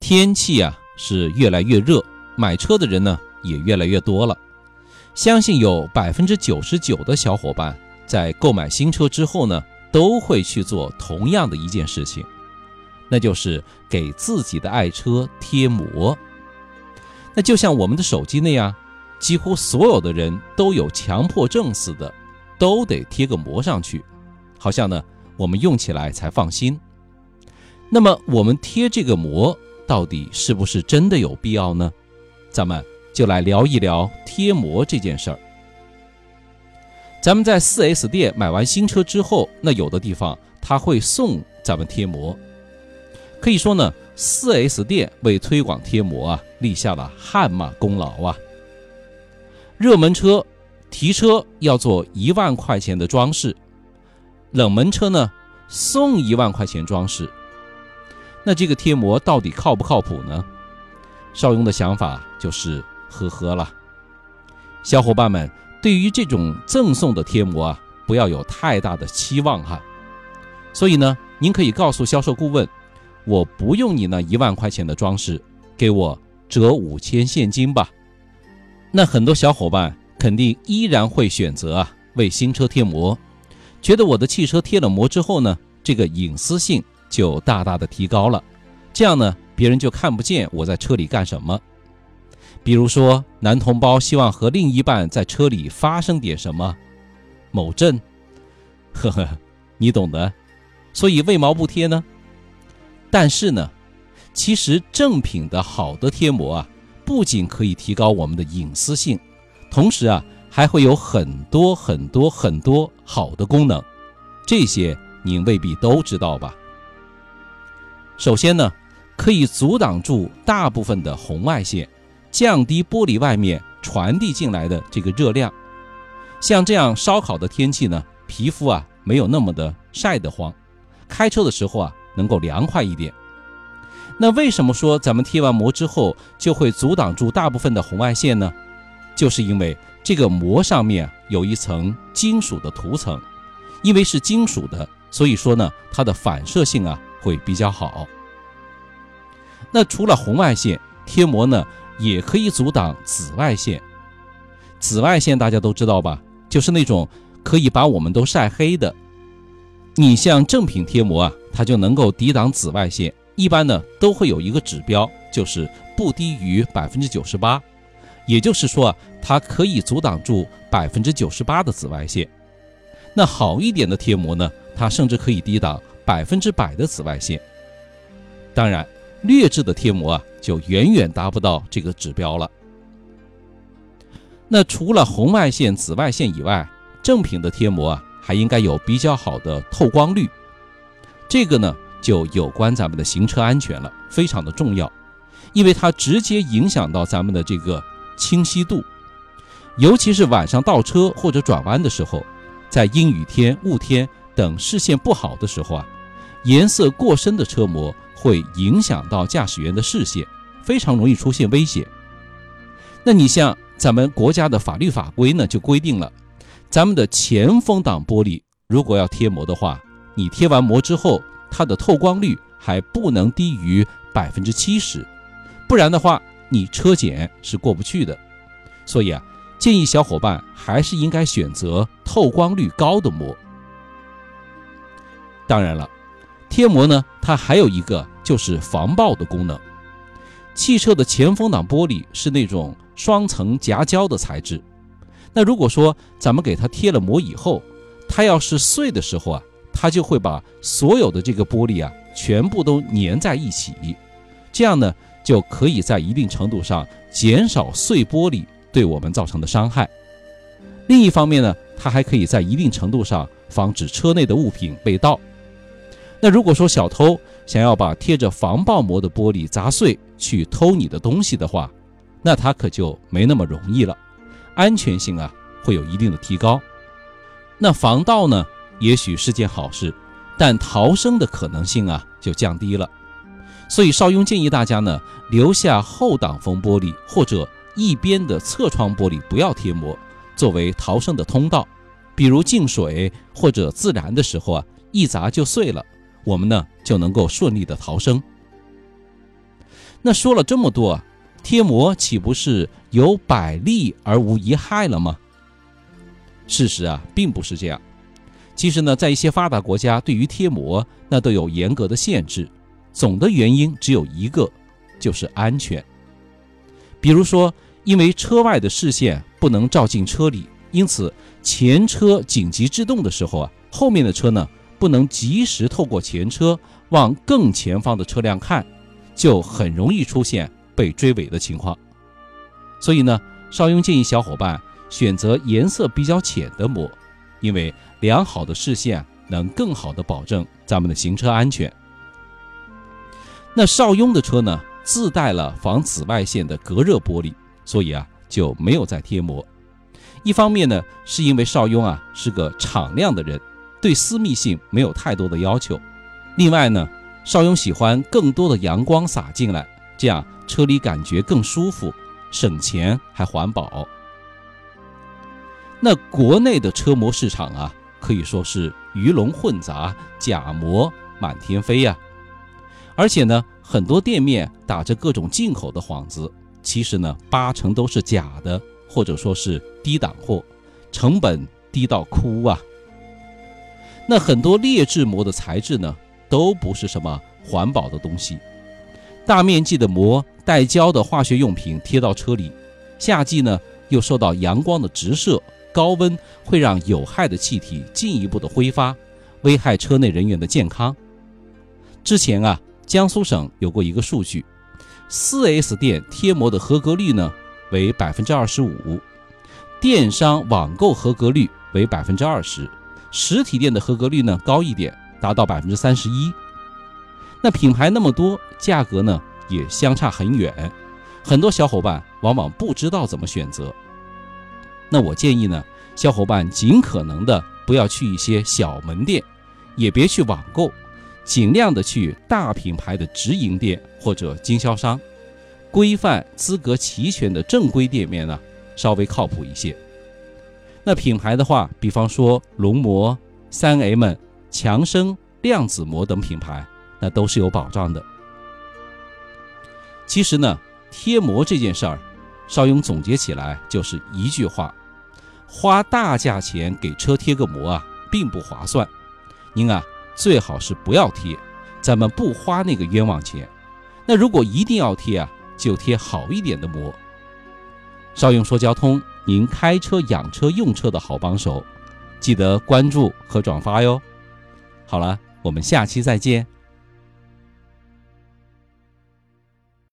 天气啊是越来越热，买车的人呢也越来越多了。相信有99%的小伙伴在购买新车之后呢，都会去做同样的一件事情，那就是给自己的爱车贴膜。那就像我们的手机那样，几乎所有的人都有强迫症似的，都得贴个膜上去，好像呢我们用起来才放心。那么我们贴这个膜到底是不是真的有必要呢？咱们就来聊一聊贴膜这件事儿。咱们在 4S 店买完新车之后，那有的地方它会送咱们贴膜。可以说呢 4S 店为推广贴膜啊立下了汗马功劳啊。热门车提车要做1万块钱的装饰，冷门车呢送1万块钱装饰。那这个贴膜到底靠不靠谱呢？邵雍的想法就是呵呵了。小伙伴们对于这种赠送的贴膜啊，不要有太大的期望哈。所以呢，您可以告诉销售顾问，我不用你那1万块钱的装饰，给我折5000现金吧。那很多小伙伴肯定依然会选择啊为新车贴膜，觉得我的汽车贴了膜之后呢，这个隐私性就大大的提高了，这样呢别人就看不见我在车里干什么。比如说男同胞希望和另一半在车里发生点什么，某震，呵呵，你懂的。所以为毛不贴呢？但是呢，其实正品的好的贴膜啊，不仅可以提高我们的隐私性，同时啊还会有很多好的功能，这些您未必都知道吧。首先呢，可以阻挡住大部分的红外线，降低玻璃外面传递进来的这个热量。像这样烧烤的天气呢，皮肤啊没有那么的晒得慌，开车的时候啊能够凉快一点。那为什么说咱们贴完膜之后就会阻挡住大部分的红外线呢？就是因为这个膜上面有一层金属的涂层，因为是金属的，所以说呢它的反射性啊会比较好。那除了红外线，贴膜呢也可以阻挡紫外线。紫外线大家都知道吧，就是那种可以把我们都晒黑的。你像正品贴膜啊，它就能够抵挡紫外线，一般呢都会有一个指标，就是不低于98%，也就是说啊，它可以阻挡住98%的紫外线。那好一点的贴膜呢，它甚至可以抵挡100%的紫外线。当然劣质的贴膜啊就远远达不到这个指标了。那除了红外线、紫外线以外，正品的贴膜啊还应该有比较好的透光率。这个呢就有关咱们的行车安全了，非常的重要，因为它直接影响到咱们的这个清晰度。尤其是晚上倒车或者转弯的时候，在阴雨天、雾天等视线不好的时候啊，颜色过深的车膜会影响到驾驶员的视线，非常容易出现危险。那你像咱们国家的法律法规呢，就规定了，咱们的前风挡玻璃如果要贴膜的话，你贴完膜之后，它的透光率还不能低于70%，不然的话，你车检是过不去的。所以啊，建议小伙伴还是应该选择透光率高的膜。当然了，贴膜呢，它还有一个就是防爆的功能。汽车的前风挡玻璃是那种双层夹胶的材质，那如果说咱们给它贴了膜以后，它要是碎的时候啊，它就会把所有的这个玻璃啊全部都粘在一起，这样呢就可以在一定程度上减少碎玻璃对我们造成的伤害。另一方面呢，它还可以在一定程度上防止车内的物品被盗。那如果说小偷想要把贴着防爆膜的玻璃砸碎去偷你的东西的话，那他可就没那么容易了，安全性啊会有一定的提高。那防盗呢也许是件好事，但逃生的可能性啊就降低了。所以邵雍建议大家呢，留下后挡风玻璃或者一边的侧窗玻璃不要贴膜，作为逃生的通道。比如进水或者自燃的时候啊，一砸就碎了，我们呢就能够顺利的逃生。 那说了这么多啊，贴膜岂不是有百利而无一害了吗？事实啊，并不是这样。其实呢，在一些发达国家，对于贴膜那都有严格的限制，总的原因只有一个，就是安全。比如说，因为车外的视线不能照进车里，因此前车紧急制动的时候啊，后面的车呢不能及时透过前车往更前方的车辆看，就很容易出现被追尾的情况。所以呢，邵雍建议小伙伴选择颜色比较浅的膜，因为良好的视线能更好的保证咱们的行车安全。那邵雍的车呢，自带了防紫外线的隔热玻璃，所以啊就没有再贴膜。一方面呢，是因为邵雍啊是个敞亮的人，对私密性没有太多的要求。另外呢，邵雍喜欢更多的阳光洒进来，这样车里感觉更舒服，省钱还环保。那国内的车膜市场啊，可以说是鱼龙混杂，假膜满天飞呀。而且呢，很多店面打着各种进口的幌子，其实呢，80%都是假的，或者说是低档货，成本低到哭啊。那很多劣质膜的材质呢，都不是什么环保的东西。大面积的膜带胶的化学用品贴到车里，夏季呢又受到阳光的直射，高温会让有害的气体进一步的挥发，危害车内人员的健康。之前啊，江苏省有过一个数据， 4S 店贴膜的合格率呢为 25%， 电商网购合格率为 20%， 实体店的合格率呢高一点，达到 31%。 那品牌那么多，价格呢也相差很远，很多小伙伴往往不知道怎么选择。那我建议呢，小伙伴尽可能的不要去一些小门店，也别去网购，尽量的去大品牌的直营店或者经销商，规范资格齐全的正规店面呢稍微靠谱一些。那品牌的话，比方说龙膜、3M、强生、量子膜等品牌，那都是有保障的。其实呢，贴膜这件事儿，邵雍总结起来就是一句话：花大价钱给车贴个膜啊，并不划算。您啊，最好是不要贴，咱们不花那个冤枉钱。那如果一定要贴啊，就贴好一点的膜。邵雍说交通，您开车养车用车的好帮手，记得关注和转发哟。好了，我们下期再见。